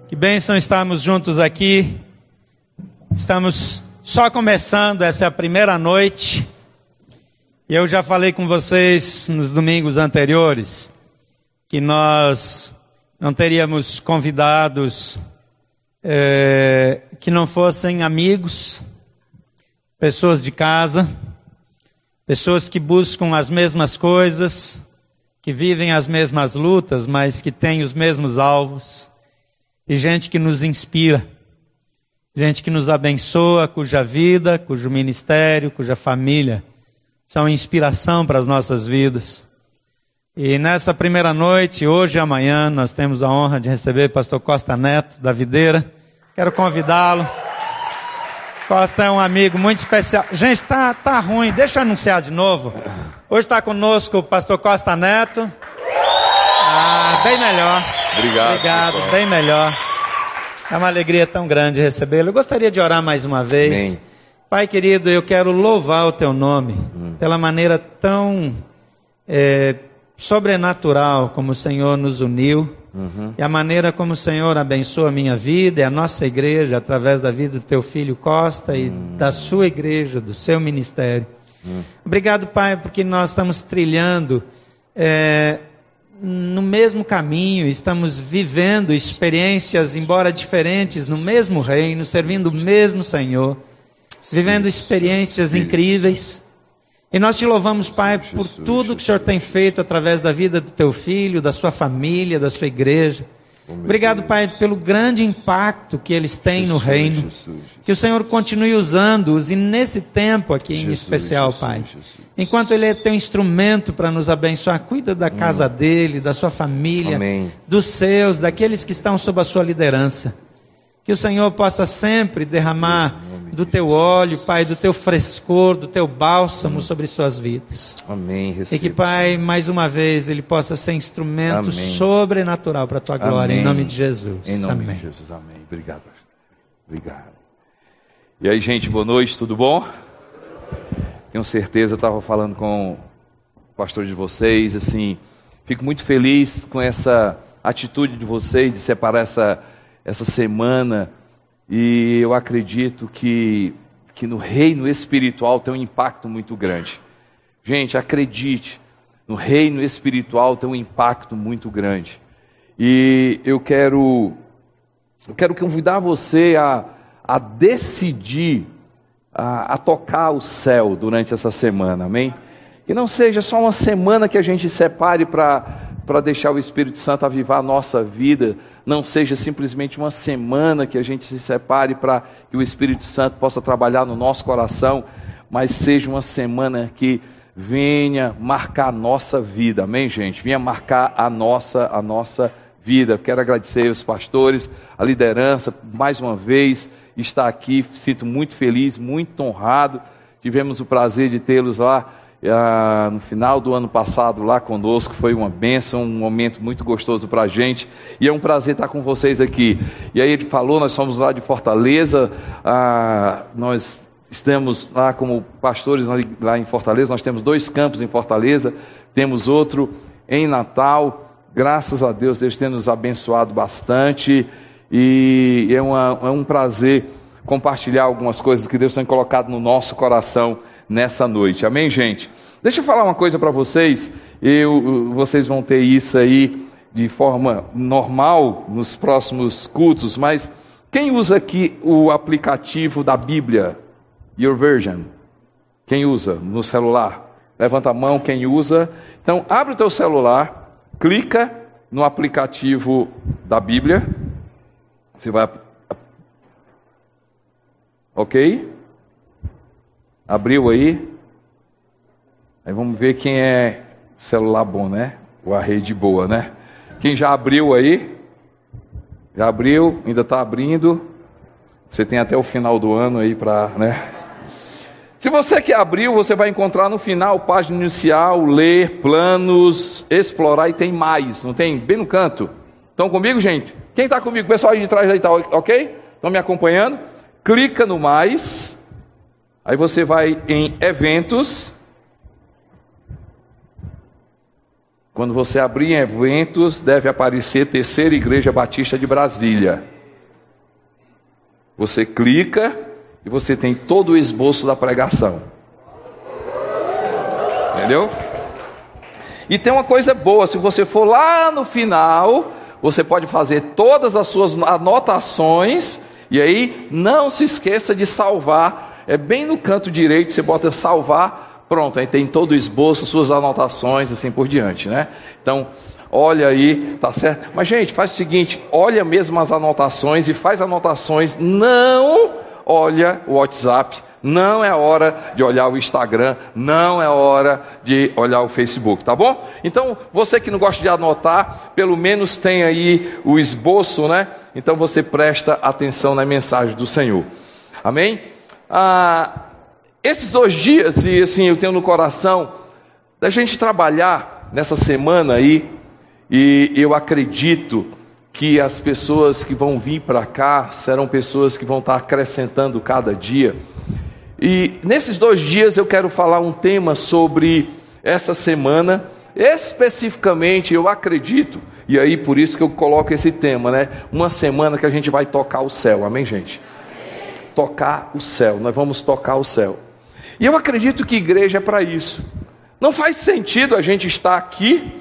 Que bênção estarmos juntos aqui. Estamos só começando, essa é a primeira noite. E eu já falei com vocês nos domingos anteriores que nós não teríamos convidados que não fossem amigos, pessoas de casa, pessoas que buscam as mesmas coisas, que vivem as mesmas lutas, mas que têm os mesmos alvos. E gente que nos inspira, gente que nos abençoa, cuja vida, cujo ministério, cuja família são inspiração para as nossas vidas. E nessa primeira noite, hoje e amanhã, nós temos a honra de receber o pastor Costa Neto, da Videira. Quero convidá-lo. Costa é um amigo muito especial. Gente, tá ruim, deixa eu anunciar de novo. Hoje está conosco o pastor Costa Neto. Bem melhor. Obrigado, pessoal. Bem melhor. É uma alegria tão grande recebê-lo. Eu gostaria de orar mais uma vez. Amém. Pai querido, eu quero louvar o teu nome pela maneira tão sobrenatural como o Senhor nos uniu. E a maneira como o Senhor abençoa a minha vida e a nossa igreja através da vida do teu filho Costa e da sua igreja, do seu ministério. Obrigado, Pai, porque nós estamos trilhando no mesmo caminho, estamos vivendo experiências, embora diferentes, no mesmo reino, servindo o mesmo Senhor, vivendo experiências incríveis. E nós te louvamos, Pai, por tudo que o Senhor tem feito através da vida do teu filho, da sua família, da sua igreja. Obrigado, Pai, pelo grande impacto que eles têm no reino. Que o Senhor continue usando-os e nesse tempo aqui em especial, Pai. Enquanto Ele é teu instrumento para nos abençoar, cuida da casa dele, da sua família, dos seus, daqueles que estão sob a sua liderança. Que o Senhor possa sempre derramar do teu óleo, Pai, do teu frescor, do teu bálsamo sobre suas vidas. Amém. Receba, e que, Pai, mais uma vez, Ele possa ser instrumento sobrenatural para a tua glória, em nome de Jesus. Em nome de Jesus, amém. Obrigado. E aí, gente, boa noite, tudo bom? Tenho certeza, eu estava falando com o pastor de vocês, assim, fico muito feliz com essa atitude de vocês, de separar essa semana. E eu acredito que no reino espiritual tem um impacto muito grande. Gente, acredite, no reino espiritual tem um impacto muito grande. E eu quero convidar você a decidir, a tocar o céu durante essa semana, amém? Que não seja só uma semana que a gente separe para deixar o Espírito Santo avivar a nossa vida, não seja simplesmente uma semana que a gente se separe para que o Espírito Santo possa trabalhar no nosso coração, mas seja uma semana que venha marcar a nossa vida, amém, gente? Venha marcar a nossa vida. Quero agradecer aos pastores, a liderança, mais uma vez, estar aqui, sinto muito feliz, muito honrado. Tivemos o prazer de tê-los lá no final do ano passado lá conosco, foi uma bênção, um momento muito gostoso para a gente, e é um prazer estar com vocês aqui. E aí ele falou, nós somos lá de Fortaleza, nós estamos lá como pastores lá em Fortaleza, nós temos 2 campos em Fortaleza, temos outro em Natal, graças a Deus, Deus tem nos abençoado bastante, e é um prazer compartilhar algumas coisas que Deus tem colocado no nosso coração nessa noite, amém, gente? Deixa eu falar uma coisa para vocês, vocês vão ter isso aí de forma normal nos próximos cultos, mas quem usa aqui o aplicativo da Bíblia, Your Version? Quem usa no celular? Levanta a mão, quem usa. Então, abre o teu celular, clica no aplicativo da Bíblia, você vai, ok? Abriu aí vamos ver quem é celular bom, né? Ou a rede boa, né? Quem já abriu aí? Já abriu? Ainda está abrindo? Você tem até o final do ano aí para, né? Se você que abriu, você vai encontrar no final, página inicial, ler, planos, explorar, e tem mais, não tem? Bem no canto. Estão comigo, gente? Quem está comigo? O pessoal aí de trás aí está ok? Estão me acompanhando? Clica no mais. Aí você vai em eventos. Quando você abrir em eventos, deve aparecer Terceira Igreja Batista de Brasília. Você clica e você tem todo o esboço da pregação. Entendeu? E tem uma coisa boa, se você for lá no final, você pode fazer todas as suas anotações, e aí não se esqueça de salvar. É bem no canto direito, você bota salvar, pronto, aí tem todo o esboço, suas anotações, assim por diante, né? Então, olha aí, tá certo? Mas gente, faz o seguinte, olha mesmo as anotações e faz anotações, não olha o WhatsApp, não é hora de olhar o Instagram, não é hora de olhar o Facebook, tá bom? Então, você que não gosta de anotar, pelo menos tem aí o esboço, né? Então você presta atenção na mensagem do Senhor. Amém? Esses 2 dias, e assim, eu tenho no coração da gente trabalhar nessa semana aí, e eu acredito que as pessoas que vão vir para cá serão pessoas que vão estar acrescentando cada dia. E nesses 2 dias eu quero falar um tema sobre essa semana, especificamente eu acredito, e aí por isso que eu coloco esse tema, né? Uma semana que a gente vai tocar o céu, amém, gente? Tocar o céu, nós vamos tocar o céu. E eu acredito que igreja é para isso. Não faz sentido a gente estar aqui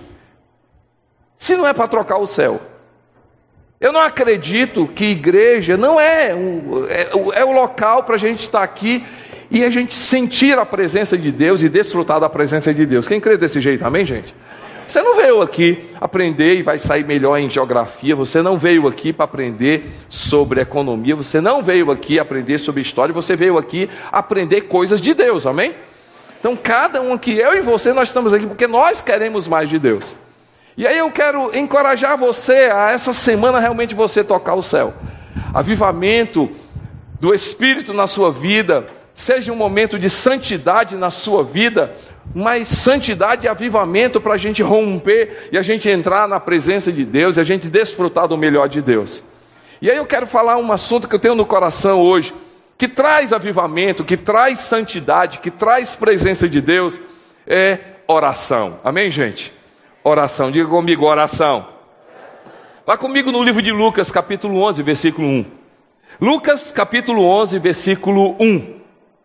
se não é para trocar o céu. Eu não acredito que igreja não é o local para a gente estar aqui e a gente sentir a presença de Deus e desfrutar da presença de Deus. Quem crê desse jeito, amém, gente? Você não veio aqui aprender e vai sair melhor em geografia, você não veio aqui para aprender sobre economia, você não veio aqui aprender sobre história, você veio aqui aprender coisas de Deus, amém? Então cada um aqui, eu e você, nós estamos aqui porque nós queremos mais de Deus. E aí eu quero encorajar você a essa semana realmente você tocar o céu. Avivamento do Espírito na sua vida, seja um momento de santidade na sua vida, mas santidade e avivamento para a gente romper e a gente entrar na presença de Deus e a gente desfrutar do melhor de Deus. E aí eu quero falar um assunto que eu tenho no coração hoje, que traz avivamento, que traz santidade, que traz presença de Deus, é oração. Amém, gente? Oração, diga comigo, oração. Vá comigo no livro de Lucas, capítulo 11, versículo 1. Lucas, capítulo 11, versículo 1.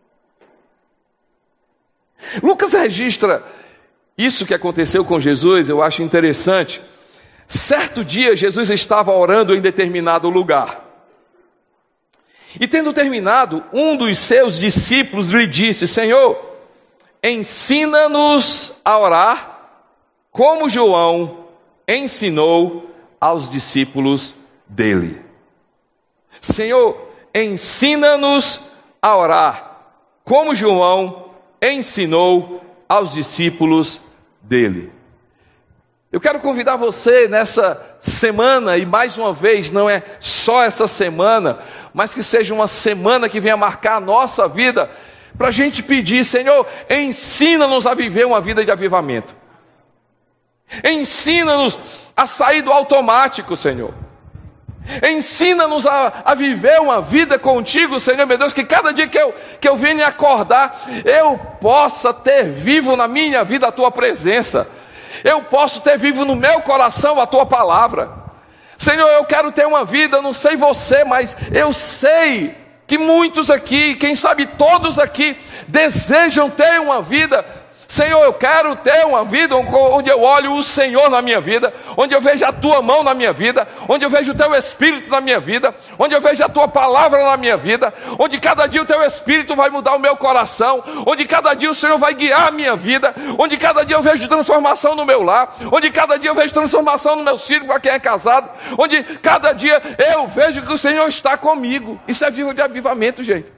Lucas registra isso que aconteceu com Jesus, eu acho interessante. Certo dia, Jesus estava orando em determinado lugar. E tendo terminado, um dos seus discípulos lhe disse: Senhor, ensina-nos a orar, como João ensinou aos discípulos dele. Senhor, ensina-nos a orar, como João ensinou aos discípulos dele. Eu quero convidar você nessa semana, e mais uma vez, não é só essa semana, mas que seja uma semana que venha marcar a nossa vida, para a gente pedir: Senhor, ensina-nos a viver uma vida de avivamento. Ensina-nos a sair do automático, Senhor. Ensina-nos a viver uma vida contigo, Senhor, meu Deus, que cada dia que eu venha acordar, eu possa ter vivo na minha vida a Tua presença. Eu posso ter vivo no meu coração a Tua palavra. Senhor, eu quero ter uma vida, não sei você, mas eu sei que muitos aqui, quem sabe todos aqui, desejam ter uma vida. Senhor, eu quero ter uma vida onde eu olho o Senhor na minha vida, onde eu vejo a Tua mão na minha vida, onde eu vejo o Teu Espírito na minha vida, onde eu vejo a Tua palavra na minha vida, onde cada dia o Teu Espírito vai mudar o meu coração, onde cada dia o Senhor vai guiar a minha vida, onde cada dia eu vejo transformação no meu lar, onde cada dia eu vejo transformação no meu filho para quem é casado, onde cada dia eu vejo que o Senhor está comigo. Isso é vida de avivamento, gente.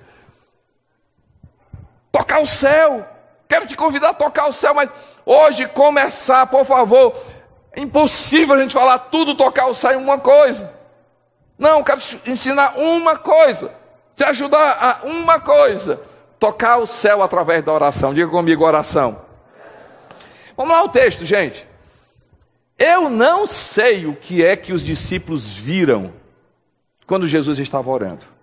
Tocar o céu. Quero te convidar a tocar o céu, mas hoje começar, por favor. É impossível a gente falar tudo, tocar o céu em uma coisa. Não, quero te ensinar uma coisa, te ajudar a uma coisa: tocar o céu através da oração. Diga comigo, oração. Vamos lá ao texto, gente. Eu não sei o que é que os discípulos viram quando Jesus estava orando.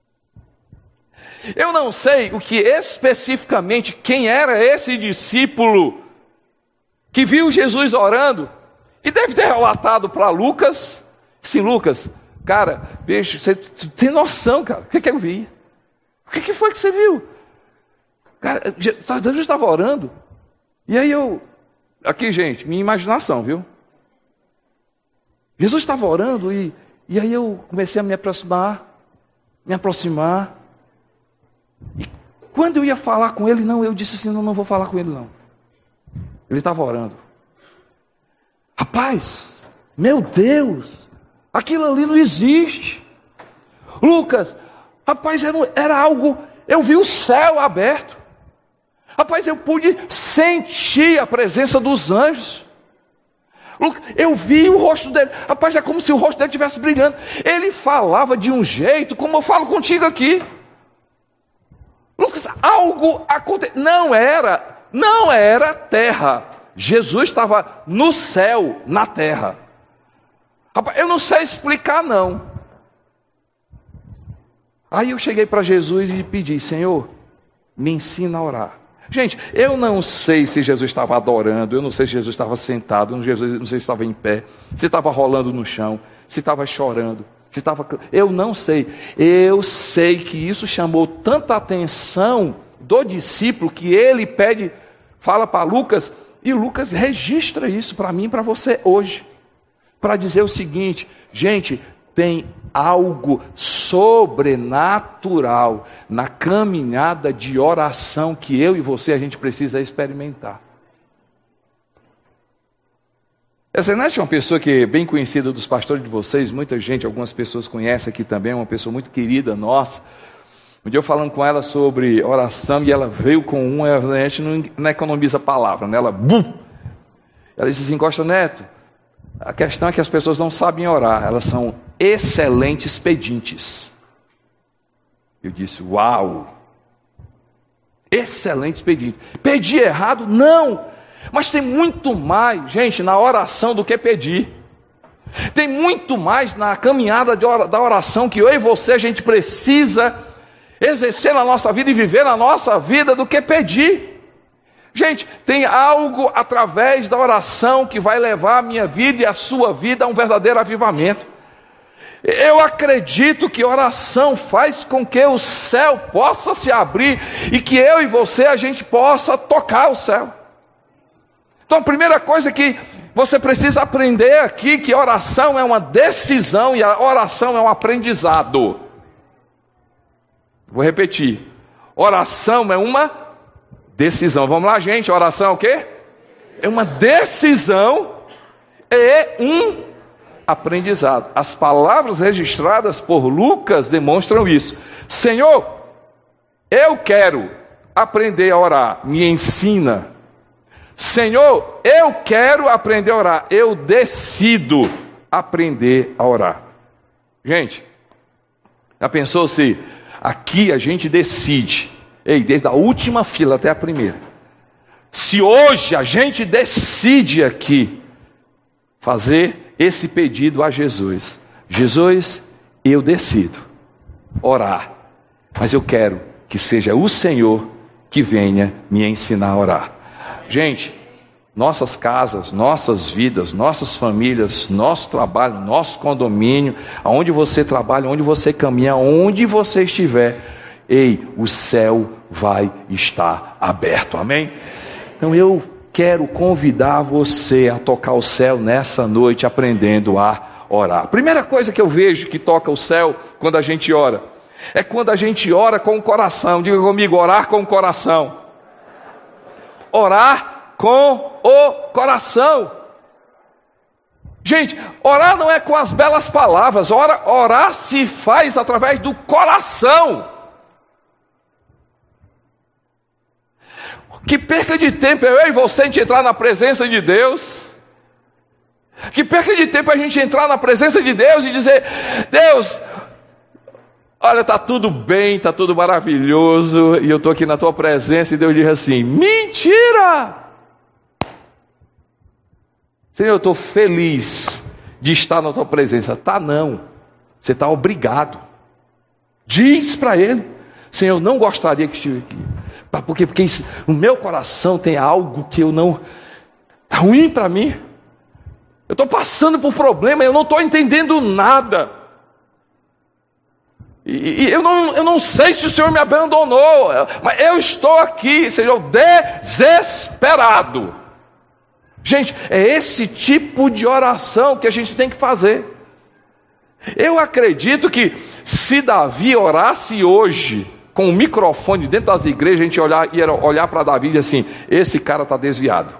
Eu não sei o que especificamente, quem era esse discípulo que viu Jesus orando, e deve ter relatado para Lucas. Sim, Lucas, Cara, bicho, você tem noção, cara? O que eu vi? O que foi que você viu? Cara, Deus estava orando. E aí aqui, gente, minha imaginação, viu? Jesus estava orando e aí eu comecei a me aproximar. E quando eu ia falar com ele, eu disse assim, não vou falar com ele não. Ele estava orando. Rapaz, meu Deus, aquilo ali não existe. Lucas, rapaz, era algo, eu vi o céu aberto. Rapaz, eu pude sentir a presença dos anjos. Lucas, eu vi o rosto dele. Rapaz, é como se o rosto dele estivesse brilhando. Ele falava de um jeito, como eu falo contigo aqui. Lucas, algo aconteceu. Não era terra. Jesus estava no céu, na terra. Rapaz, eu não sei explicar não. Aí eu cheguei para Jesus e pedi, Senhor, me ensina a orar. Gente, eu não sei se Jesus estava adorando, eu não sei se Jesus estava sentado, não sei se estava em pé, se estava rolando no chão, se estava chorando, eu não sei. Eu sei que isso chamou tanta atenção do discípulo que ele fala para Lucas, e Lucas registra isso para mim e para você hoje, para dizer o seguinte, gente, tem algo sobrenatural na caminhada de oração que eu e você a gente precisa experimentar. Essa Ernest é uma pessoa que é bem conhecida dos pastores de vocês, muita gente, algumas pessoas conhecem aqui também, é uma pessoa muito querida nossa. Um dia eu falando com ela sobre oração e ela veio com a gente não economiza palavra, né? Ela disse assim, Costa Neto, a questão é que as pessoas não sabem orar, elas são excelentes pedintes. Eu disse, uau, excelentes pedintes. Pedir errado? Não, mas tem muito mais, gente, na oração do que pedir. Tem muito mais na caminhada da oração que eu e você a gente precisa exercer na nossa vida e viver na nossa vida do que pedir. Gente, tem algo através da oração que vai levar a minha vida e a sua vida a um verdadeiro avivamento. Eu acredito que oração faz com que o céu possa se abrir e que eu e você, a gente possa tocar o céu. Então a primeira coisa que você precisa aprender aqui, que oração é uma decisão e a oração é um aprendizado. Vou repetir, oração é uma decisão. Vamos lá, gente, oração é o quê? É uma decisão e um aprendizado. As palavras registradas por Lucas demonstram isso. Senhor, eu quero aprender a orar, me ensina. Senhor, eu quero aprender a orar, eu decido aprender a orar. Gente, já pensou se aqui a gente decide, desde a última fila até a primeira, se hoje a gente decide aqui fazer esse pedido a Jesus, Jesus, eu decido orar, mas eu quero que seja o Senhor que venha me ensinar a orar. Gente, nossas casas, nossas vidas, nossas famílias, nosso trabalho, nosso condomínio, aonde você trabalha, onde você caminha, onde você estiver, o céu vai estar aberto, amém? Então eu quero convidar você a tocar o céu nessa noite, aprendendo a orar. A primeira coisa que eu vejo que toca o céu quando a gente ora, é quando a gente ora com o coração. Diga comigo, orar com o coração. Orar com o coração. Gente, orar não é com as belas palavras, orar se faz através do coração. Que perca de tempo eu e você a gente entrar na presença de Deus. Que perca de tempo a gente entrar na presença de Deus e dizer, Deus, olha, está tudo bem, está tudo maravilhoso, e eu estou aqui na tua presença, e Deus diz assim, mentira! Senhor, eu estou feliz de estar na tua presença. Tá não, você está obrigado. Diz para ele, Senhor, eu não gostaria que estivesse aqui. Porque o meu coração tem algo que eu não... Está ruim para mim. Eu estou passando por problema, eu não estou entendendo nada. E eu não sei se o Senhor me abandonou, mas eu estou aqui, Senhor, desesperado. Gente, é esse tipo de oração que a gente tem que fazer. Eu acredito que se Davi orasse hoje, com o microfone dentro das igrejas, a gente ia olhar para Davi e dizer assim: esse cara está desviado.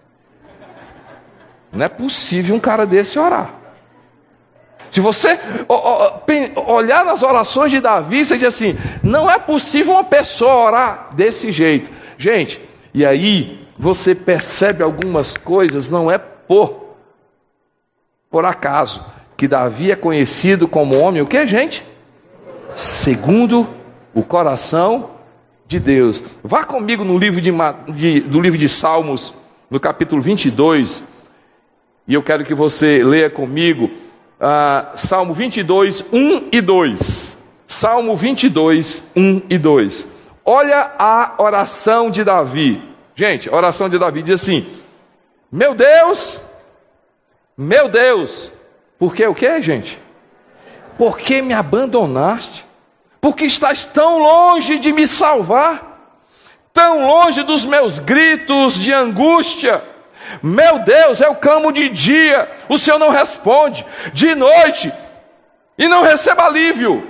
Não é possível um cara desse orar. Se você olhar nas orações de Davi, você diz assim: não é possível uma pessoa orar desse jeito. Gente, e aí você percebe algumas coisas, não é por acaso, que Davi é conhecido como homem, o que, gente? Segundo o coração de Deus. Vá comigo no livro do livro de Salmos, no capítulo 22, e eu quero que você leia comigo Salmo 22, 1 e 2. Salmo 22, 1 e 2. Olha a oração de Davi. Gente, a oração de Davi diz assim: meu Deus, por que o que, gente? Por que me abandonaste? Porque estás tão longe de me salvar, tão longe dos meus gritos de angústia. Meu Deus, eu clamo de dia, o Senhor não responde, de noite, e não recebo alívio.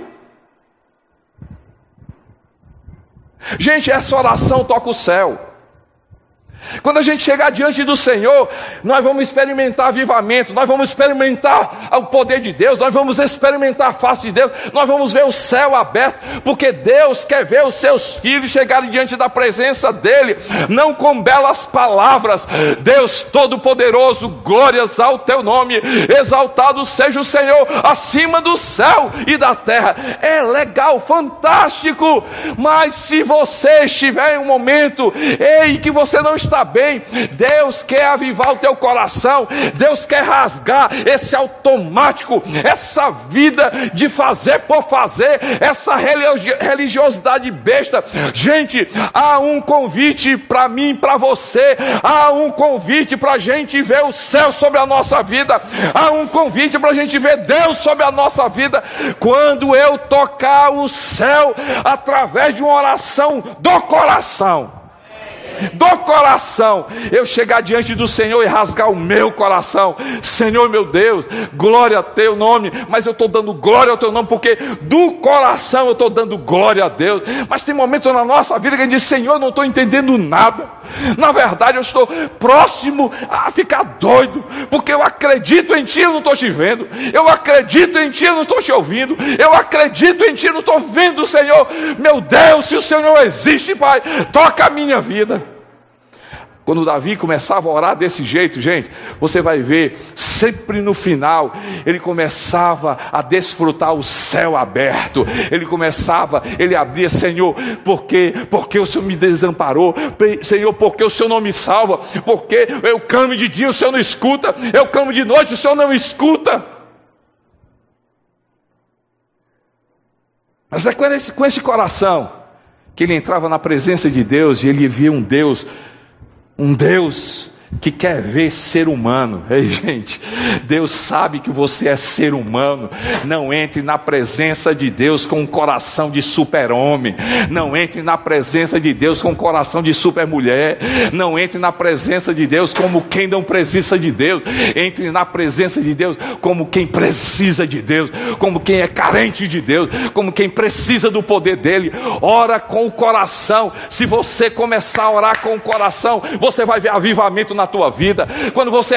Gente, essa oração toca o céu. Quando a gente chegar diante do Senhor, nós vamos experimentar avivamento, nós vamos experimentar o poder de Deus, nós vamos experimentar a face de Deus, nós vamos ver o céu aberto, porque Deus quer ver os seus filhos chegarem diante da presença dEle, não com belas palavras. Deus Todo-Poderoso, glórias ao Teu nome, exaltado seja o Senhor acima do céu e da terra. É legal, fantástico, mas se você estiver em um momento em que você não está bem, Deus quer avivar o teu coração, Deus quer rasgar esse automático, essa vida de fazer por fazer, essa religiosidade besta. Gente, há um convite para mim, para você, há um convite para a gente ver o céu sobre a nossa vida, há um convite para a gente ver Deus sobre a nossa vida. Quando eu tocar o céu através de uma oração do coração, eu chegar diante do Senhor e rasgar o meu coração: Senhor meu Deus, glória a teu nome, mas eu estou dando glória ao teu nome, porque do coração eu estou dando glória a Deus. Mas tem momentos na nossa vida que a gente diz: Senhor, eu não estou entendendo nada, na verdade eu estou próximo a ficar doido, porque eu acredito em Ti, eu não estou te vendo, eu acredito em Ti, eu não estou te ouvindo, eu acredito em Ti, eu não estou vendo o Senhor. Meu Deus, se o Senhor existe, Pai, toca a minha vida. Quando Davi começava a orar desse jeito, gente, você vai ver, sempre no final, ele começava a desfrutar o céu aberto. Ele abria: Senhor, porque o Senhor me desamparou? Senhor, porque o Senhor não me salva? Porque eu clamo de dia, o Senhor não escuta? Eu clamo de noite, o Senhor não escuta? Mas é com esse coração que ele entrava na presença de Deus e ele via um Deus que quer ver ser humano. Ei, gente, Deus sabe que você é ser humano. Não entre na presença de Deus com um coração de super-homem. Não entre na presença de Deus com um coração de super-mulher. Não entre na presença de Deus como quem não precisa de Deus. Entre na presença de Deus como quem precisa de Deus, como quem é carente de Deus, como quem precisa do poder dele. Ora com o coração. Se você começar a orar com o coração, você vai ver avivamento na tua vida. Quando você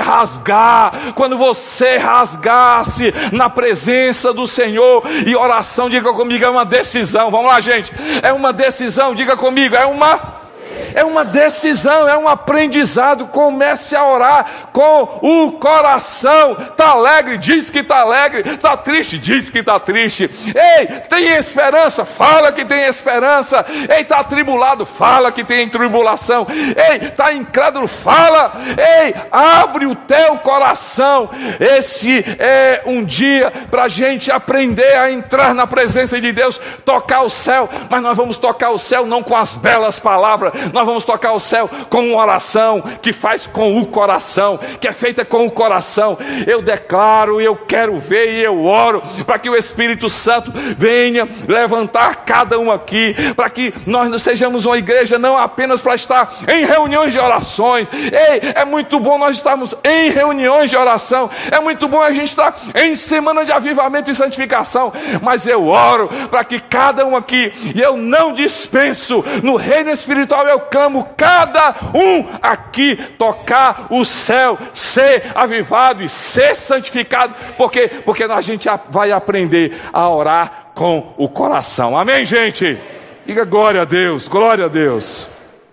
rasgar-se na presença do Senhor, e oração, diga comigo, é uma decisão. Vamos lá, gente, é uma decisão, diga comigo, é uma decisão, é um aprendizado. Comece a orar com o coração. Está alegre? Diz que está alegre. Está triste? Diz que está triste. Ei, tem esperança? Fala que tem esperança. Ei, está atribulado? Fala que tem tribulação. Ei, está incrédulo? Fala. Ei, abre o teu coração. Esse é um dia para a gente aprender a entrar na presença de Deus, tocar o céu. Mas nós vamos tocar o céu não com as belas palavras, nós nós vamos tocar o céu com uma oração que faz com o coração, que é feita com o coração. Eu declaro, eu quero ver e eu oro para que o Espírito Santo venha levantar cada um aqui, para que nós não sejamos uma igreja não apenas para estar em reuniões de orações. Ei, é muito bom nós estarmos em reuniões de oração, é muito bom a gente estar em semana de avivamento e santificação, mas eu oro para que cada um aqui, e eu não dispenso, no reino espiritual eu clamo, cada um aqui tocar o céu, ser avivado e ser santificado, porque a gente vai aprender a orar com o coração. Amém, gente? Diga glória a Deus, glória a Deus.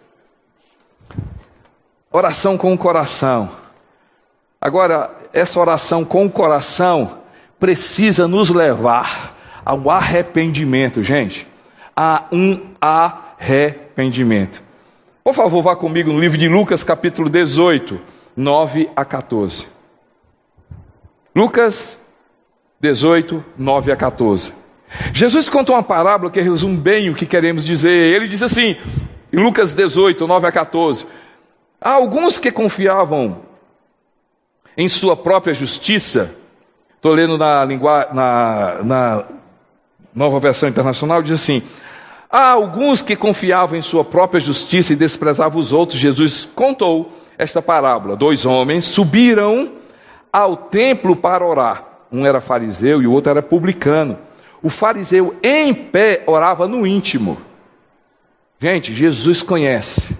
Oração com o coração. Agora, essa oração com o coração precisa nos levar ao arrependimento, gente. A um arrependimento. Por favor, vá comigo no livro de Lucas, capítulo 18, 9 a 14. Lucas 18, 9 a 14. Jesus conta uma parábola que resume bem o que queremos dizer. Ele diz assim, em Lucas 18, 9 a 14. Há alguns que confiavam em sua própria justiça. Estou lendo na Nova Versão Internacional, diz assim: há alguns que confiavam em sua própria justiça e desprezavam os outros. Jesus contou esta parábola. 2 homens subiram ao templo para orar. Um era fariseu e o outro era publicano. O fariseu em pé orava no íntimo. Gente, Jesus conhece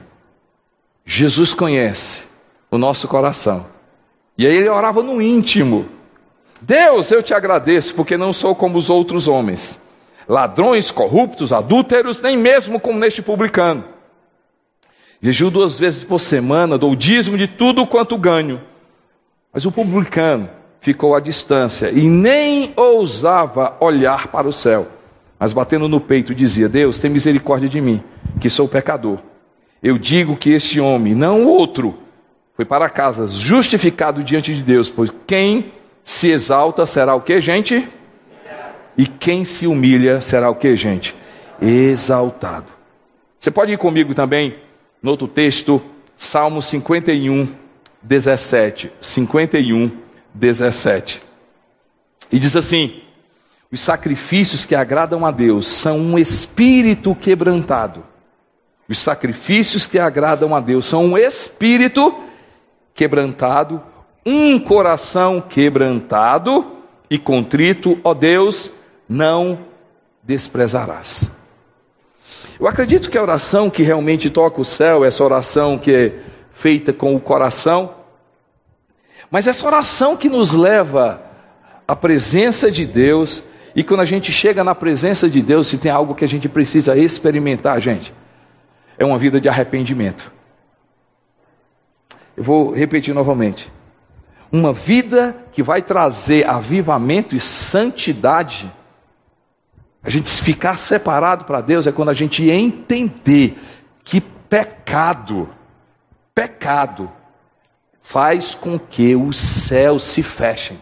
o nosso coração. E aí ele orava no íntimo. Deus, eu te agradeço, porque não sou como os outros homens, ladrões, corruptos, adúlteros, nem mesmo como neste publicano. Jejuo 2 vezes por semana, dou o dízimo de tudo quanto ganho. Mas o publicano ficou à distância e nem ousava olhar para o céu, mas batendo no peito dizia: Deus, tem misericórdia de mim, que sou pecador. Eu digo que este homem, não o outro, foi para casa justificado diante de Deus, pois quem se exalta será o que, gente? E quem se humilha será o que, gente? Exaltado. Você pode ir comigo também no outro texto, Salmo 51, 17. 51, 17. E diz assim: os sacrifícios que agradam a Deus são um espírito quebrantado. Os sacrifícios que agradam a Deus são um espírito quebrantado, um coração quebrantado e contrito, ó Deus, não desprezarás. Eu acredito que a oração que realmente toca o céu, essa oração que é feita com o coração, mas essa oração que nos leva à presença de Deus, e quando a gente chega na presença de Deus, se tem algo que a gente precisa experimentar, gente, é uma vida de arrependimento. Eu vou repetir novamente. Uma vida que vai trazer avivamento e santidade, a gente ficar separado para Deus, é quando a gente entender que pecado faz com que os céus se fechem.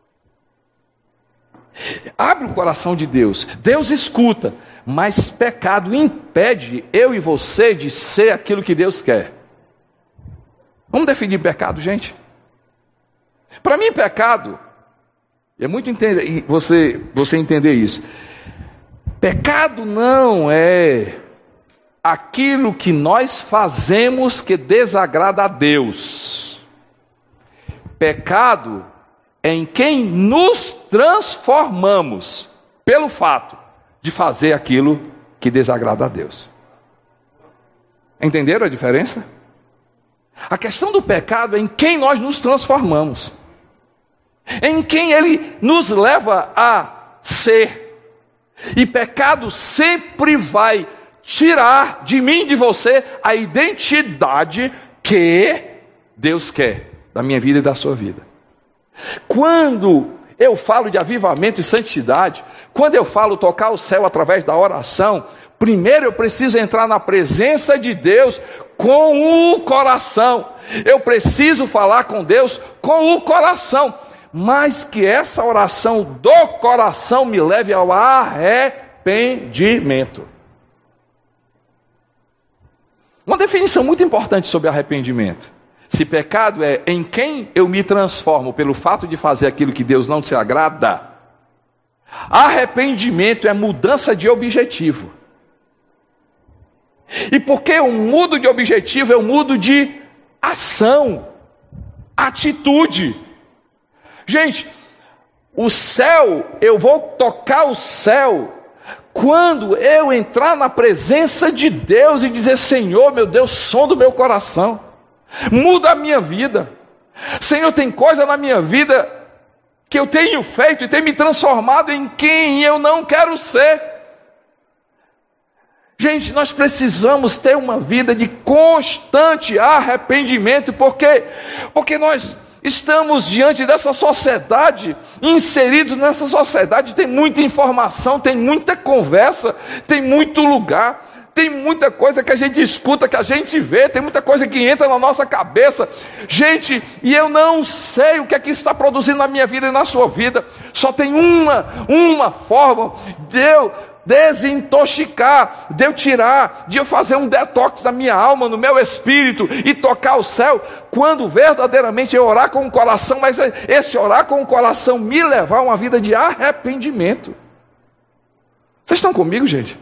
Abre o coração de Deus, Deus escuta, mas pecado impede eu e você de ser aquilo que Deus quer. Vamos definir pecado, gente? Para mim, pecado, é muito você entender isso. Pecado não é aquilo que nós fazemos que desagrada a Deus. Pecado é em quem nos transformamos pelo fato de fazer aquilo que desagrada a Deus. Entenderam a diferença? A questão do pecado é em quem nós nos transformamos, em quem ele nos leva a ser. E pecado sempre vai tirar de mim e de você a identidade que Deus quer da minha vida e da sua vida. Quando eu falo de avivamento e santidade, quando eu falo tocar o céu através da oração, primeiro eu preciso entrar na presença de Deus com o coração. Eu preciso falar com Deus com o coração, mas que essa oração do coração me leve ao arrependimento. uma definição muito importante sobre arrependimento. Se pecado é em quem eu me transformo pelo fato de fazer aquilo que Deus não se agrada, arrependimento é mudança de objetivo. E porque eu mudo de objetivo, eu mudo de ação, atitude. Gente, o céu, eu vou tocar o céu quando eu entrar na presença de Deus e dizer: Senhor, meu Deus, som do meu coração, muda a minha vida. Senhor, tem coisa na minha vida que eu tenho feito e tem me transformado em quem eu não quero ser. Gente, nós precisamos ter uma vida de constante arrependimento. Por quê? Porque nós estamos diante dessa sociedade, inseridos nessa sociedade. Tem muita informação, tem muita conversa, tem muito lugar, tem muita coisa que a gente escuta, que a gente vê, tem muita coisa que entra na nossa cabeça. Gente, e eu não sei o que é que está produzindo na minha vida e na sua vida. Só tem uma forma de eu desintoxicar, de eu tirar, de eu fazer um detox na minha alma, no meu espírito e tocar o céu, quando verdadeiramente eu orar com o coração, mas esse orar com o coração me levar a uma vida de arrependimento. Vocês estão comigo, gente?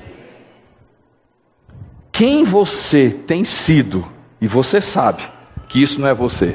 Quem você tem sido, e você sabe que isso não é você.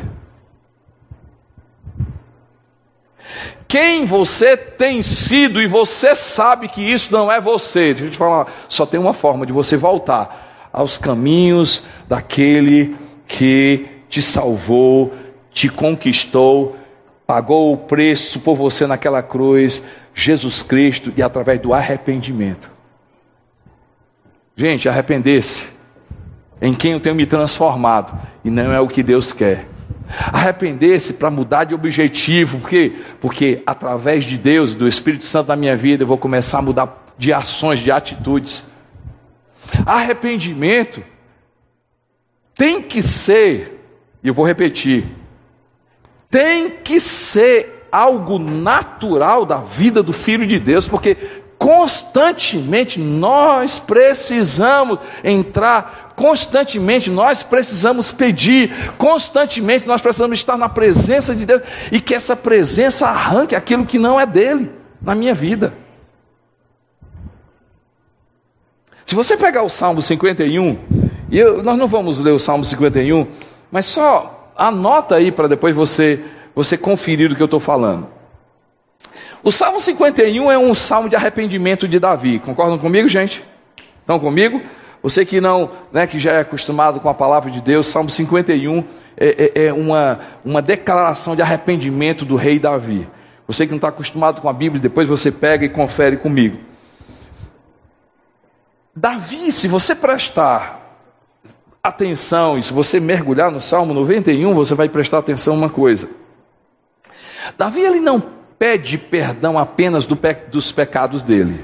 Quem você tem sido e você sabe que isso não é você. Deixa eu te falar, só tem uma forma de você voltar aos caminhos daquele que te salvou, te conquistou, pagou o preço por você naquela cruz, Jesus Cristo, e através do arrependimento. Gente, arrepender-se em quem eu tenho me transformado, e não é o que Deus quer. Arrepender-se para mudar de objetivo. Por quê? Porque através de Deus, do Espírito Santo na minha vida, eu vou começar a mudar de ações, de atitudes. Arrependimento tem que ser, e eu vou repetir, tem que ser algo natural da vida do Filho de Deus, porque constantemente nós precisamos entrar, constantemente nós precisamos pedir, constantemente nós precisamos estar na presença de Deus, e que essa presença arranque aquilo que não é dele na minha vida. Se você pegar o Salmo 51, nós não vamos ler o Salmo 51, mas só anota aí para depois você conferir o que eu estou falando. O Salmo 51 é um salmo de arrependimento de Davi. Concordam comigo, gente? Estão comigo? Você que não, que já é acostumado com a palavra de Deus, Salmo 51 é uma declaração de arrependimento do rei Davi. Você que não está acostumado com a Bíblia, depois você pega e confere comigo. Davi, se você prestar atenção, e se você mergulhar no Salmo 91, você vai prestar atenção a uma coisa. Davi, ele não pede perdão apenas dos pecados dele.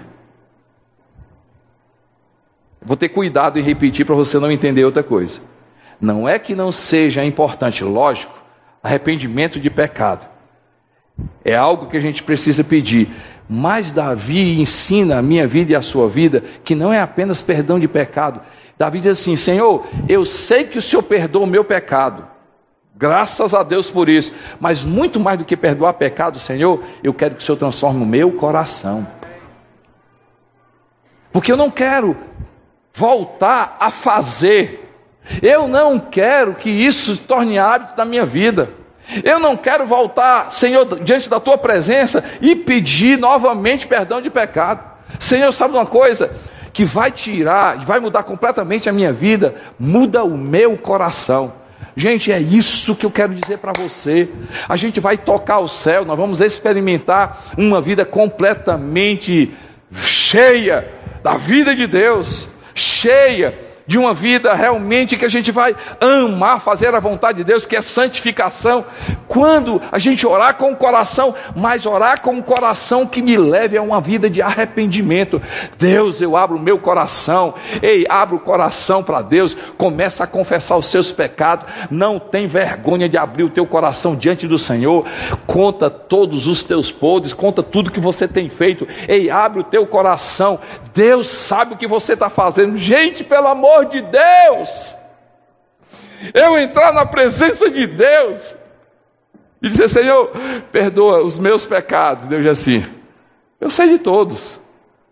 Vou ter cuidado em repetir para você não entender outra coisa. Não é que não seja importante, lógico, arrependimento de pecado. É algo que a gente precisa pedir. Mas Davi ensina a minha vida e a sua vida que não é apenas perdão de pecado. Davi diz assim: Senhor, eu sei que o Senhor perdoa o meu pecado. Graças a Deus por isso. Mas muito mais do que perdoar pecado, Senhor, eu quero que o Senhor transforme o meu coração. Porque eu não quero voltar a fazer. Eu não quero que isso se torne hábito da minha vida. Eu não quero voltar, Senhor, diante da tua presença e pedir novamente perdão de pecado. Senhor, sabe uma coisa? Que vai tirar, vai mudar completamente a minha vida. Muda o meu coração. Gente, é isso que eu quero dizer para você. A gente vai tocar o céu, nós vamos experimentar uma vida completamente cheia da vida de Deus, cheia de uma vida realmente que a gente vai amar fazer a vontade de Deus, que é santificação, quando a gente orar com o coração, mas orar com o coração que me leve a uma vida de arrependimento. Deus, eu abro o meu coração, abre o coração para Deus, começa a confessar os seus pecados, não tem vergonha de abrir o teu coração diante do Senhor, conta todos os teus podres, conta tudo que você tem feito, abre o teu coração, Deus sabe o que você está fazendo. Gente, pelo amor amor de Deus, eu entrar na presença de Deus e dizer: Senhor, perdoa os meus pecados. Deus diz assim: eu sei de todos.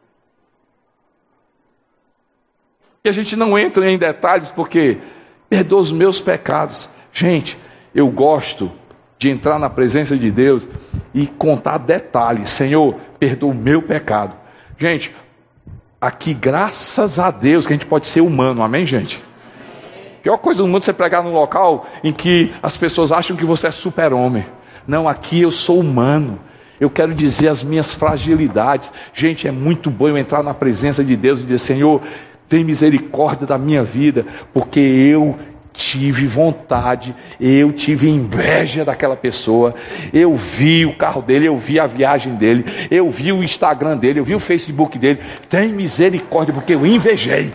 E a gente não entra em detalhes porque perdoa os meus pecados. Gente, eu gosto de entrar na presença de Deus e contar detalhes. Senhor, perdoa o meu pecado. Gente, aqui, graças a Deus, que a gente pode ser humano, amém, gente? A pior coisa do mundo é você pregar num local em que as pessoas acham que você é super-homem. Não, aqui eu sou humano. Eu quero dizer as minhas fragilidades. Gente, é muito bom eu entrar na presença de Deus e dizer: Senhor, tem misericórdia da minha vida, porque eu tive vontade, eu tive inveja daquela pessoa, eu vi o carro dele, eu vi a viagem dele, eu vi o Instagram dele, eu vi o Facebook dele. Tem misericórdia, porque eu invejei.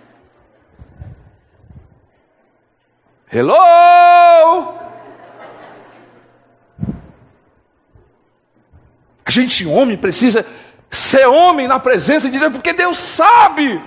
Hello! A gente, homem, precisa ser homem na presença de Deus, porque Deus sabe.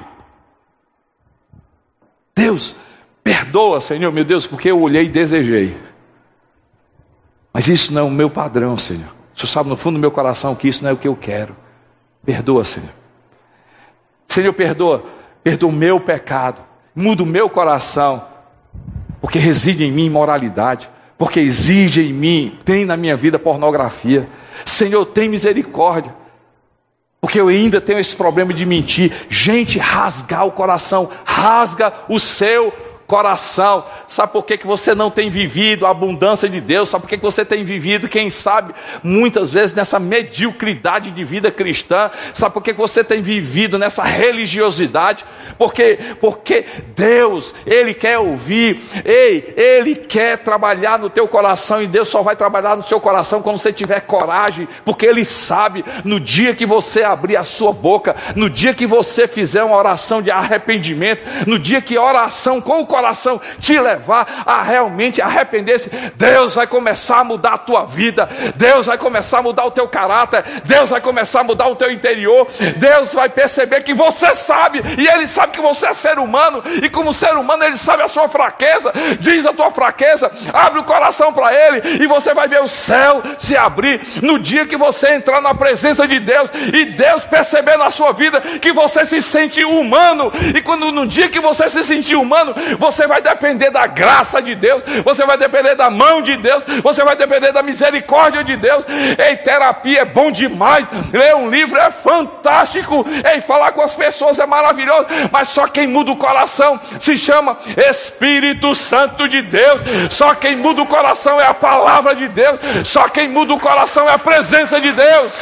Deus, perdoa, Senhor, meu Deus, porque eu olhei e desejei. Mas isso não é o meu padrão, Senhor. O Senhor sabe no fundo do meu coração que isso não é o que eu quero. Perdoa, Senhor. Senhor, perdoa o meu pecado. Muda o meu coração. Porque reside em mim imoralidade. Porque exige em mim, tem na minha vida pornografia. Senhor, tem misericórdia. Porque eu ainda tenho esse problema de mentir. Gente, rasgar o coração. Rasga o seu coração. Sabe por que você não tem vivido a abundância de Deus? Sabe por que você tem vivido, quem sabe, muitas vezes nessa mediocridade de vida cristã? Sabe por que você tem vivido nessa religiosidade? Porque Deus, Ele quer ouvir. Ele quer trabalhar no teu coração, e Deus só vai trabalhar no seu coração quando você tiver coragem, porque Ele sabe, no dia que você abrir a sua boca, no dia que você fizer uma oração de arrependimento, no dia que a oração com o coração te levar a realmente arrepender-se, Deus vai começar a mudar a tua vida, Deus vai começar a mudar o teu caráter, Deus vai começar a mudar o teu interior, Deus vai perceber que você sabe, e Ele sabe que você é ser humano, e como ser humano Ele sabe a sua fraqueza. Diz a tua fraqueza, abre o coração para Ele, e você vai ver o céu se abrir, no dia que você entrar na presença de Deus, e Deus perceber na sua vida que você se sente humano, e quando no dia que você se sentir humano, você vai depender da graça de Deus, você vai depender da mão de Deus, você vai depender da misericórdia de Deus. Ei, terapia é bom demais, ler um livro é fantástico, ei, falar com as pessoas é maravilhoso, mas só quem muda o coração se chama Espírito Santo de Deus. Só quem muda o coração é a palavra de Deus, só quem muda o coração é a presença de Deus.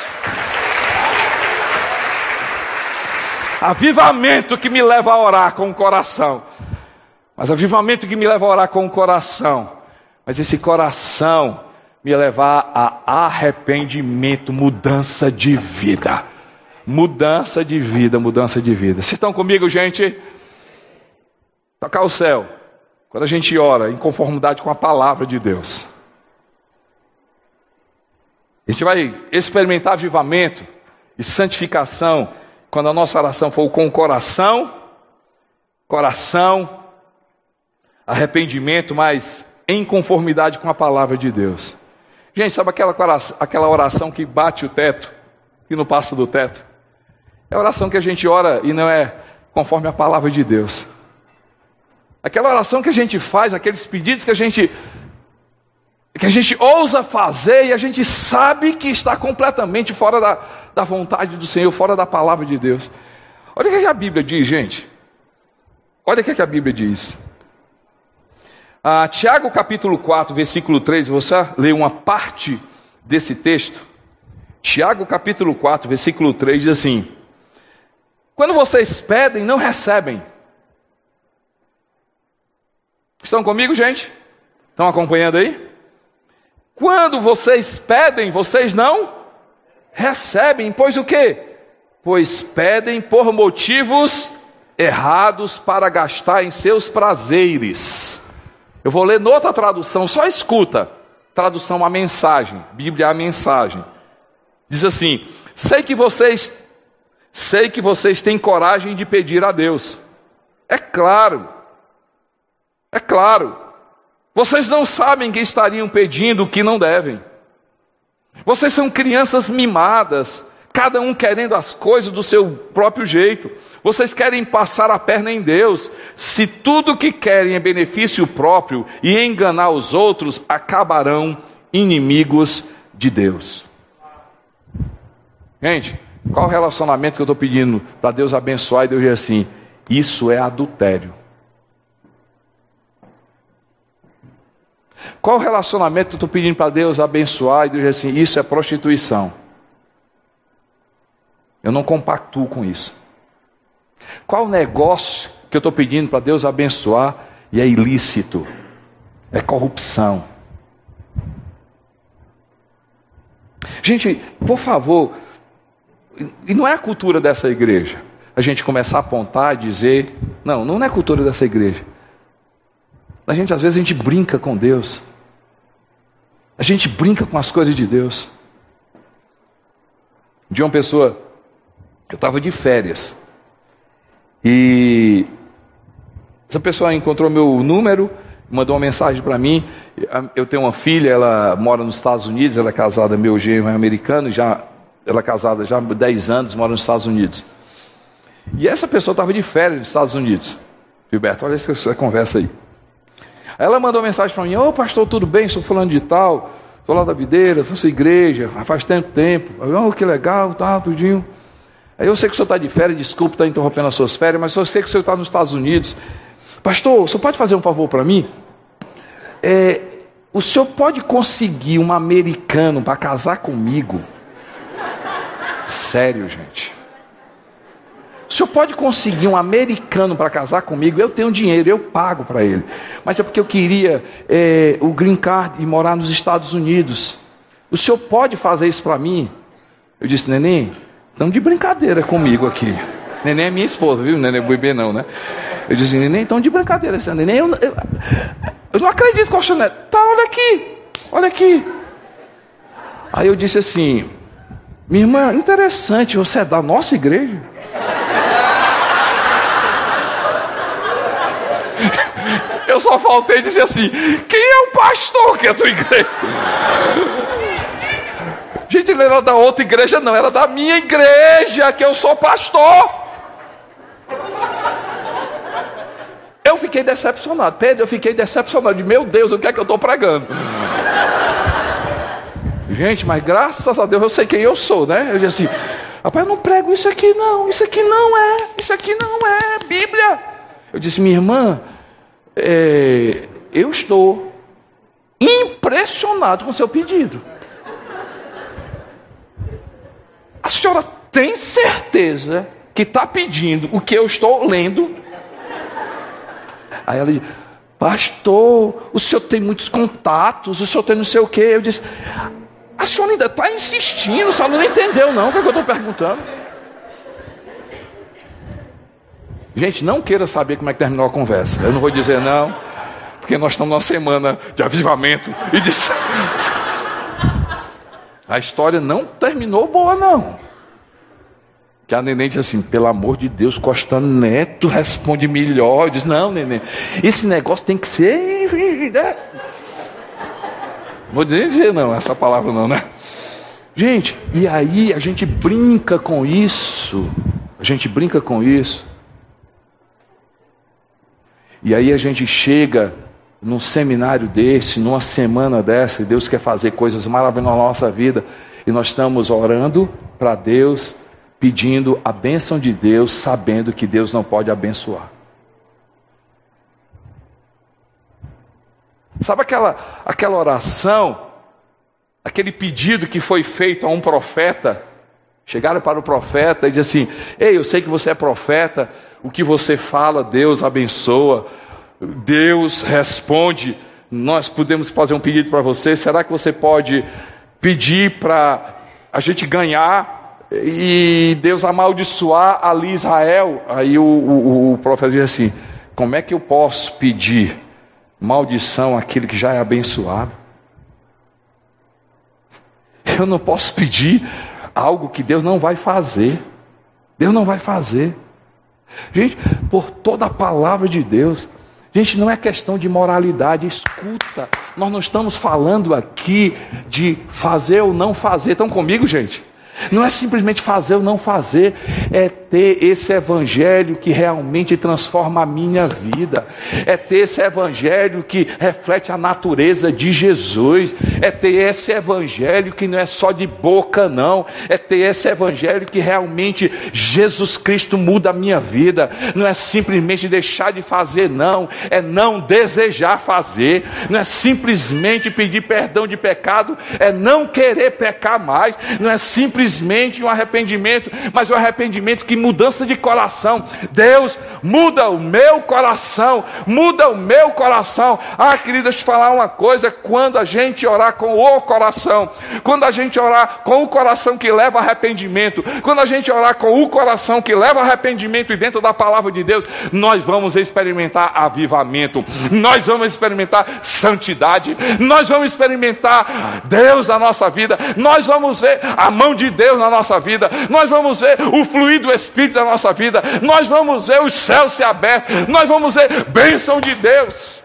Avivamento que me leva a orar com o coração. Mas avivamento que me leva a orar com o coração. Mas esse coração me levar a arrependimento, mudança de vida. Mudança de vida, mudança de vida. Vocês estão comigo, gente? Tocar o céu. Quando a gente ora em conformidade com a palavra de Deus. A gente vai experimentar avivamento e santificação quando a nossa oração for com o coração, arrependimento, mas em conformidade com a palavra de Deus. Gente, sabe aquela oração que bate o teto e não passa do teto? É a oração que a gente ora e não é conforme a palavra de Deus. Aquela oração que a gente faz, aqueles pedidos que a gente ousa fazer e a gente sabe que está completamente fora da vontade do Senhor, fora da palavra de Deus. Olha o que a Bíblia diz, gente. Olha o que a Bíblia diz. Tiago capítulo 4, versículo 3, você lê uma parte desse texto. Tiago capítulo 4, versículo 3 diz assim: quando vocês pedem, não recebem. Estão comigo, gente? Estão acompanhando aí? Quando vocês pedem, vocês não recebem. Pois o quê? Pois pedem por motivos errados para gastar em seus prazeres. Eu vou ler noutra tradução, só escuta. Tradução a mensagem, Bíblia a mensagem. Diz assim: sei que vocês têm coragem de pedir a Deus, É claro. É claro. Vocês não sabem que estariam pedindo o que não devem. Vocês são crianças mimadas, cada um querendo as coisas do seu próprio jeito. Vocês querem passar a perna em Deus. Se tudo que querem é benefício próprio e enganar os outros, acabarão inimigos de Deus. Gente, qual o relacionamento que eu estou pedindo para Deus abençoar e Deus diz assim: isso é adultério? Qual o relacionamento que eu estou pedindo para Deus abençoar e Deus diz assim: isso é prostituição? Eu não compactuo com isso. Qual o negócio que eu estou pedindo para Deus abençoar e é ilícito? É corrupção. Gente, por favor, e não é a cultura dessa igreja a gente começar a apontar e dizer, não é a cultura dessa igreja. Às vezes a gente brinca com Deus. A gente brinca com as coisas de Deus. De uma pessoa, eu estava de férias, e essa pessoa encontrou meu número, mandou uma mensagem para mim. Eu tenho uma filha, ela mora nos Estados Unidos, ela é casada, meu genro é americano, ela é casada já há 10 anos, mora nos Estados Unidos. E essa pessoa estava de férias nos Estados Unidos. Gilberto, olha essa conversa aí. Aí ela mandou uma mensagem para mim: ô pastor, tudo bem? Sou fulano de tal, sou lá da Videira, sou sua igreja, faz tanto tempo. Oh, que legal, tá, tudinho. Aí eu sei que o senhor está de férias, desculpe estar interrompendo as suas férias, mas eu sei que o senhor está nos Estados Unidos. Pastor, o senhor pode fazer um favor para mim? O senhor pode conseguir um americano para casar comigo? Sério, gente. O senhor pode conseguir um americano para casar comigo? Eu tenho dinheiro, eu pago para ele. Mas é porque eu queria o green card e morar nos Estados Unidos. O senhor pode fazer isso para mim? Eu disse: neném, estão de brincadeira comigo aqui. Neném é minha esposa, viu? Neném é bebê não, né? Eu disse: neném, estão de brincadeira. Neném, eu não acredito, Cochonete. Tá, olha aqui. Aí eu disse assim: minha irmã, interessante, você é da nossa igreja? Eu só faltei dizer assim: quem é o pastor que é a tua igreja? Gente, ele era da outra igreja, não, era da minha igreja, que eu sou pastor. Eu fiquei decepcionado, Pedro, de meu Deus, o que é que eu estou pregando? Gente, mas graças a Deus eu sei quem eu sou, né? Eu disse assim: rapaz, eu não prego isso aqui não é Bíblia. Eu disse: minha irmã, eu estou impressionado com o seu pedido. A senhora tem certeza que está pedindo o que eu estou lendo? Aí ela disse: pastor, o senhor tem muitos contatos, o senhor tem não sei o quê. Eu disse: a senhora ainda está insistindo, a senhora não entendeu não o que eu estou perguntando. Gente, não queira saber como é que terminou a conversa. Eu não vou dizer não, porque nós estamos numa semana de avivamento e de... A história não terminou boa não. Que a neném disse assim: pelo amor de Deus, Costa Neto responde melhor. Eu disse: não, neném, esse negócio tem que ser... Vou dizer não, essa palavra não, né? Gente, e aí a gente brinca com isso. E aí a gente chega num seminário desse, numa semana dessa, e Deus quer fazer coisas maravilhosas na nossa vida, e nós estamos orando para Deus, pedindo a bênção de Deus, sabendo que Deus não pode abençoar. Sabe aquela oração, aquele pedido que foi feito a um profeta? Chegaram para o profeta e disseram assim: ei, eu sei que você é profeta, o que você fala, Deus abençoa, Deus responde, nós podemos fazer um pedido para você, será que você pode pedir para a gente ganhar e Deus amaldiçoar ali Israel? Aí o profeta diz assim: como é que eu posso pedir maldição àquele que já é abençoado? Eu não posso pedir algo que Deus não vai fazer. Deus não vai fazer. Gente, por toda a palavra de Deus. Gente, não é questão de moralidade, escuta. Nós não estamos falando aqui de fazer ou não fazer. Estão comigo, gente? Não é simplesmente fazer ou não fazer, é ter esse evangelho que realmente transforma a minha vida, é ter esse evangelho que reflete a natureza de Jesus, é ter esse evangelho que não é só de boca não, é ter esse evangelho que realmente Jesus Cristo muda a minha vida, não é simplesmente deixar de fazer não, é não desejar fazer, não é simplesmente pedir perdão de pecado, é não querer pecar mais, não é simplesmente um arrependimento, mas um arrependimento que mudança de coração. Deus, muda o meu coração, muda o meu coração. Querido, deixa eu te falar uma coisa, quando a gente orar com o coração, quando a gente orar com o coração que leva arrependimento, quando a gente orar com o coração que leva arrependimento e dentro da palavra de Deus, nós vamos experimentar avivamento, nós vamos experimentar santidade, nós vamos experimentar Deus na nossa vida, nós vamos ver a mão de Deus na nossa vida, nós vamos ver o fluir do Espírito na nossa vida, nós vamos ver os céus se abertos, nós vamos ver bênção de Deus.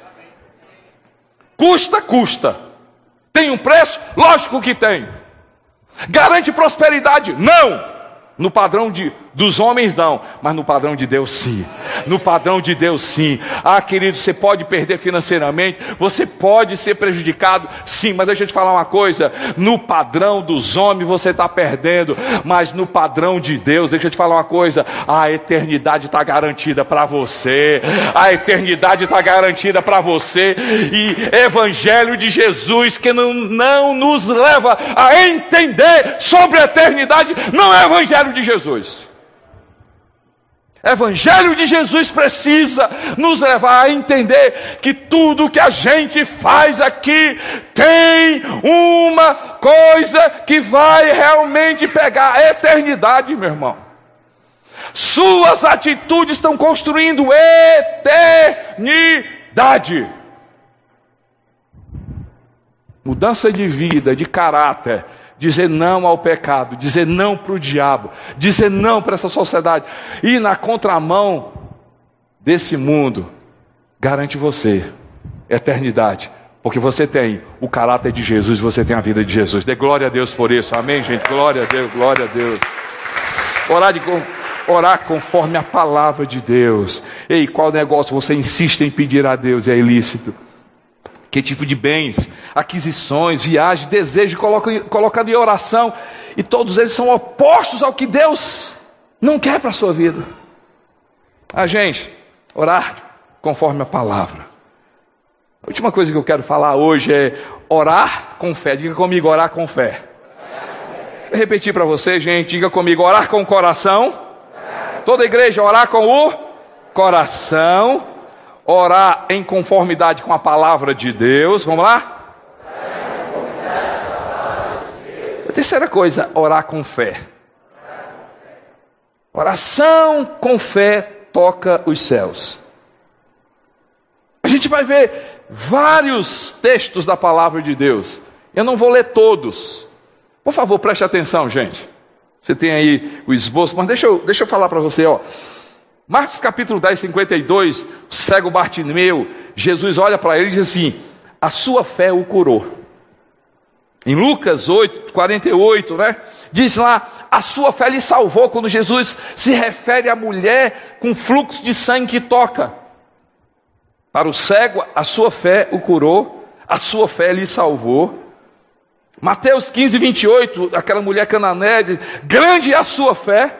Custa. Tem um preço? Lógico que tem. Garante prosperidade? Não. No padrão dos homens não, mas no padrão de Deus sim. No padrão de Deus sim. Querido, você pode perder financeiramente, você pode ser prejudicado, sim, mas deixa eu te falar uma coisa, no padrão dos homens você está perdendo, mas no padrão de Deus, deixa eu te falar uma coisa, a eternidade está garantida para você, a eternidade está garantida para você, e evangelho de Jesus que não nos leva a entender sobre a eternidade, não é evangelho de Jesus. Evangelho de Jesus precisa nos levar a entender que tudo que a gente faz aqui tem uma coisa que vai realmente pegar a eternidade, meu irmão. Suas atitudes estão construindo eternidade. Mudança de vida, de caráter, dizer não ao pecado, dizer não para o diabo, dizer não para essa sociedade, ir na contramão desse mundo, garante você eternidade, porque você tem o caráter de Jesus, você tem a vida de Jesus. Dê glória a Deus por isso, amém, gente? Glória a Deus, glória a Deus. Orar conforme a palavra de Deus. Ei, qual negócio você insiste em pedir a Deus e é ilícito? Que tipo de bens, aquisições, viagem, desejo, colocado em oração, e todos eles são opostos ao que Deus não quer para a sua vida. Gente, orar conforme a palavra. A última coisa que eu quero falar hoje é orar com fé. Diga comigo, orar com fé. Vou repetir para você, gente, diga comigo, orar com o coração. Toda a igreja, orar com o coração. Orar em conformidade com a palavra de Deus. Vamos lá? A terceira coisa, orar com fé. Oração com fé toca os céus. A gente vai ver vários textos da palavra de Deus. Eu não vou ler todos. Por favor, preste atenção, gente. Você tem aí o esboço, mas deixa eu falar para você, ó. Marcos capítulo 10, 52, o cego Bartimeu, Jesus olha para ele e diz assim, a sua fé o curou. Em Lucas 8, 48, diz lá, a sua fé lhe salvou, quando Jesus se refere à mulher com fluxo de sangue que toca. Para o cego, a sua fé o curou, a sua fé lhe salvou. Mateus 15, 28, aquela mulher cananeia, diz, grande é a sua fé.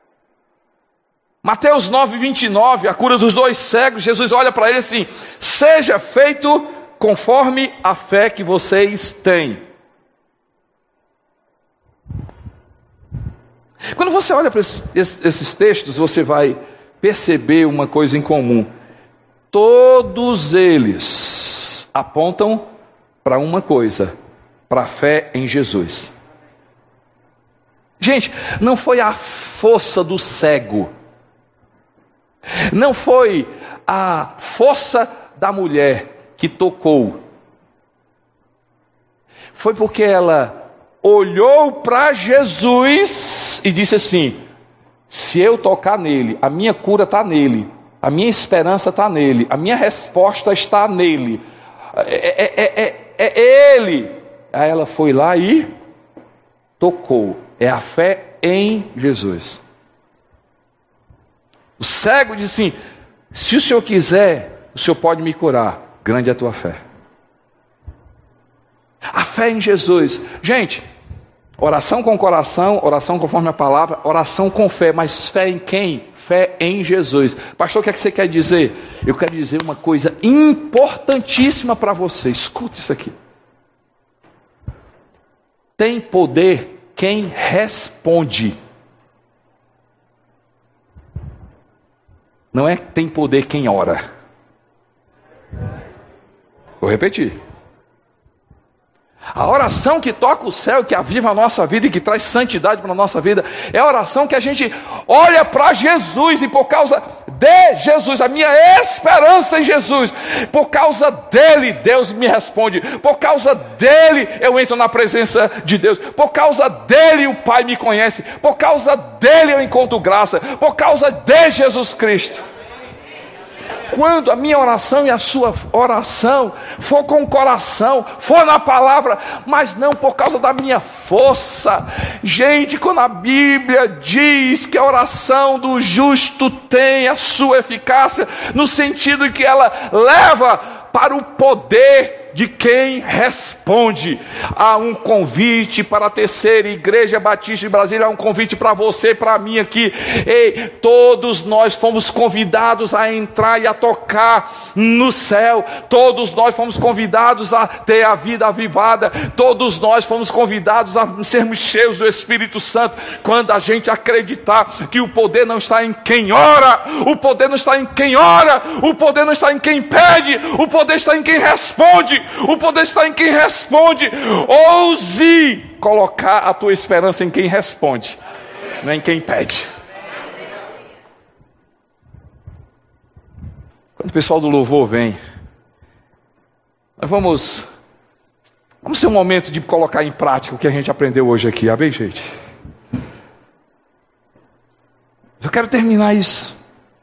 Mateus 9, 29, a cura dos 2 cegos, Jesus olha para ele assim, seja feito conforme a fé que vocês têm. Quando você olha para esses textos, você vai perceber uma coisa em comum. Todos eles apontam para uma coisa, para a fé em Jesus. Gente, não foi a força do cego, não foi a força da mulher que tocou, foi porque ela olhou para Jesus e disse assim, Se eu tocar nele, a minha cura está nele, a minha esperança está nele, a minha resposta está nele. É ele. Aí ela foi lá e tocou. É a fé em Jesus. O cego disse assim: se o Senhor quiser, o Senhor pode me curar. Grande é a tua fé. A fé em Jesus. Gente, oração com coração, oração conforme a palavra, oração com fé. Mas fé em quem? Fé em Jesus. Pastor, o que é que você quer dizer? Eu quero dizer uma coisa importantíssima para você. Escute isso aqui. Tem poder quem responde. Não é tem poder quem ora. Vou repetir. A oração que toca o céu, que aviva a nossa vida e que traz santidade para a nossa vida, é a oração que a gente olha para Jesus, e por causa de Jesus, a minha esperança em Jesus, por causa dele Deus me responde, por causa dele eu entro na presença de Deus, por causa dele o Pai me conhece, por causa dele eu encontro graça, por causa de Jesus Cristo. Quando a minha oração e a sua oração for com o coração, for na palavra, mas não por causa da minha força. Gente, quando a Bíblia diz que a oração do justo tem a sua eficácia, no sentido que ela leva para o poder de quem responde. Há um convite para a terceira igreja batista de Brasília, há um convite para você, para mim aqui. Ei, todos nós fomos convidados a entrar e a tocar no céu, todos nós fomos convidados a ter a vida avivada, todos nós fomos convidados a sermos cheios do Espírito Santo, quando a gente acreditar que o poder não está em quem ora, o poder não está em quem ora, o poder não está em quem pede, o poder está em quem responde. O poder está em quem responde. Ouse colocar a tua esperança em quem responde, não em quem pede. Quando o pessoal do louvor vem, nós vamos ter um momento de colocar em prática o que a gente aprendeu hoje aqui, amém, gente? Eu quero terminar isso.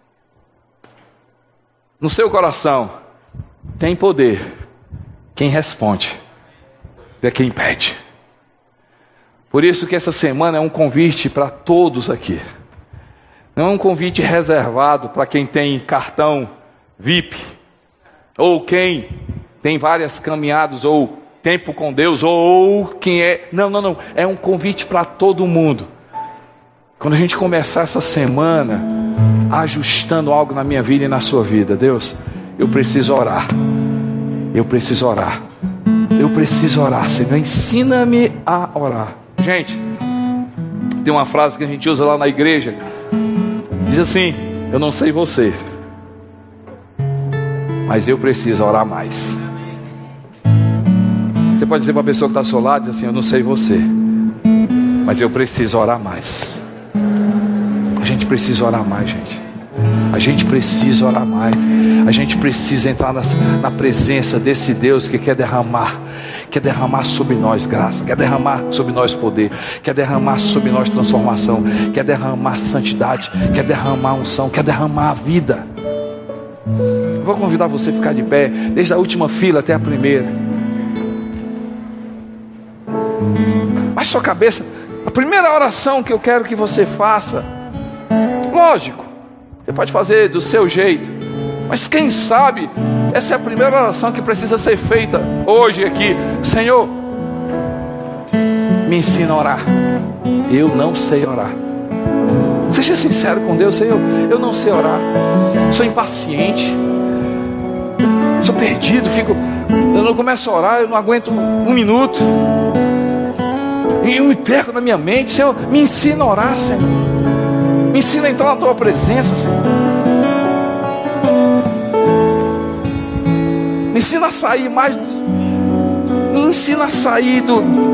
No seu coração tem poder quem responde, é quem pede. Por isso que essa semana é um convite para todos aqui. Não é um convite reservado para quem tem cartão VIP, ou quem tem várias caminhadas, ou tempo com Deus, ou quem é... Não. É um convite para todo mundo. Quando a gente começar essa semana ajustando algo na minha vida e na sua vida, Deus, eu preciso orar. Eu preciso orar. Eu preciso orar, Senhor. Ensina-me a orar. Gente, tem uma frase que a gente usa lá na igreja. Diz assim: eu não sei você, mas eu preciso orar mais. Você pode dizer para a pessoa que está ao seu lado, diz assim: eu não sei você, mas eu preciso orar mais. A gente precisa orar mais, gente. A gente precisa orar mais. A gente precisa entrar na presença desse Deus que quer derramar sobre nós graça, quer derramar sobre nós poder, quer derramar sobre nós transformação, quer derramar santidade, quer derramar unção, quer derramar a vida. Eu vou convidar você a ficar de pé, desde a última fila até a primeira. Baixe sua cabeça. A primeira oração que eu quero que você faça, lógico, você pode fazer do seu jeito, mas quem sabe essa é a primeira oração que precisa ser feita hoje aqui. Senhor, me ensina a orar. Eu não sei orar. Seja sincero com Deus. Senhor, eu não sei orar, sou impaciente, sou perdido, eu não começo a orar, eu não aguento um minuto, e eu me perco na minha mente. Senhor, me ensina a orar, Senhor. Me ensina a entrar na tua presença, Senhor. Me ensina a sair mais. Me ensina a sair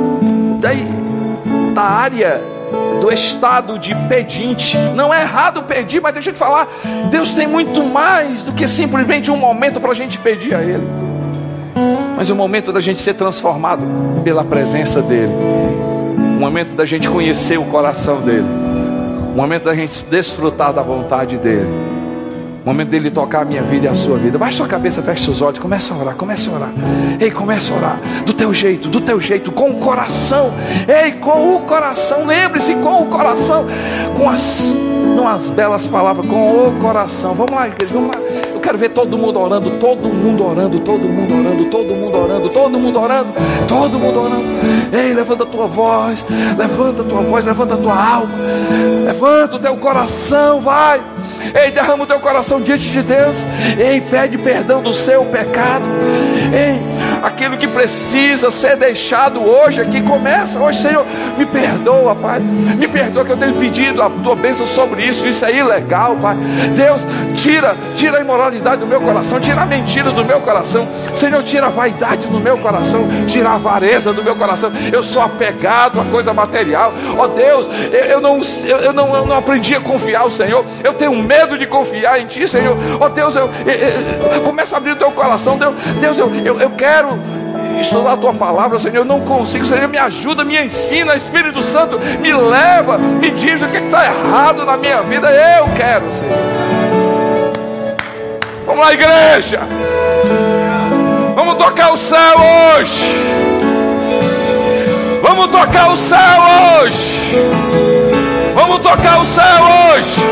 da área, do estado de pedinte. Não é errado pedir, mas deixa eu te falar, Deus tem muito mais do que simplesmente um momento para a gente pedir a Ele, mas um momento da gente ser transformado pela presença dEle, um momento da gente conhecer o coração dEle, um momento da gente desfrutar da vontade dele, o momento dele tocar a minha vida e a sua vida. Baixa sua cabeça, fecha seus olhos, começa a orar, começa a orar. Ei, começa a orar, do teu jeito, com o coração. Ei, com o coração, lembre-se, com o coração, não as belas palavras, com o coração. Vamos lá, igreja, vamos lá. Eu quero ver todo mundo orando, todo mundo orando, todo mundo orando, todo mundo orando, todo mundo orando, todo mundo orando. Ei, levanta a tua voz, levanta a tua voz, levanta a tua alma, levanta o teu coração, vai. Ei, derrama o teu coração diante de Deus. Ei, pede perdão do seu pecado. Ei, aquilo que precisa ser deixado hoje aqui, começa hoje. Senhor, me perdoa, Pai, me perdoa que eu tenho pedido a tua bênção sobre isso é ilegal, Pai. Deus, tira a imoralidade do meu coração, tira a mentira do meu coração. Senhor, tira a vaidade do meu coração, tira a avareza do meu coração. Eu sou apegado a coisa material. Ó Deus, eu não aprendi a confiar no Senhor. Eu tenho medo de confiar em Ti, Senhor. Ó Deus, começa a abrir o teu coração. Deus, eu quero estudar a Tua palavra, Senhor. Eu não consigo, Senhor, me ajuda, me ensina, Espírito Santo, me leva, me diz o que está errado na minha vida. Eu quero, Senhor. Vamos lá, igreja, vamos tocar o céu hoje. Vamos tocar o céu hoje. Vamos tocar o céu hoje.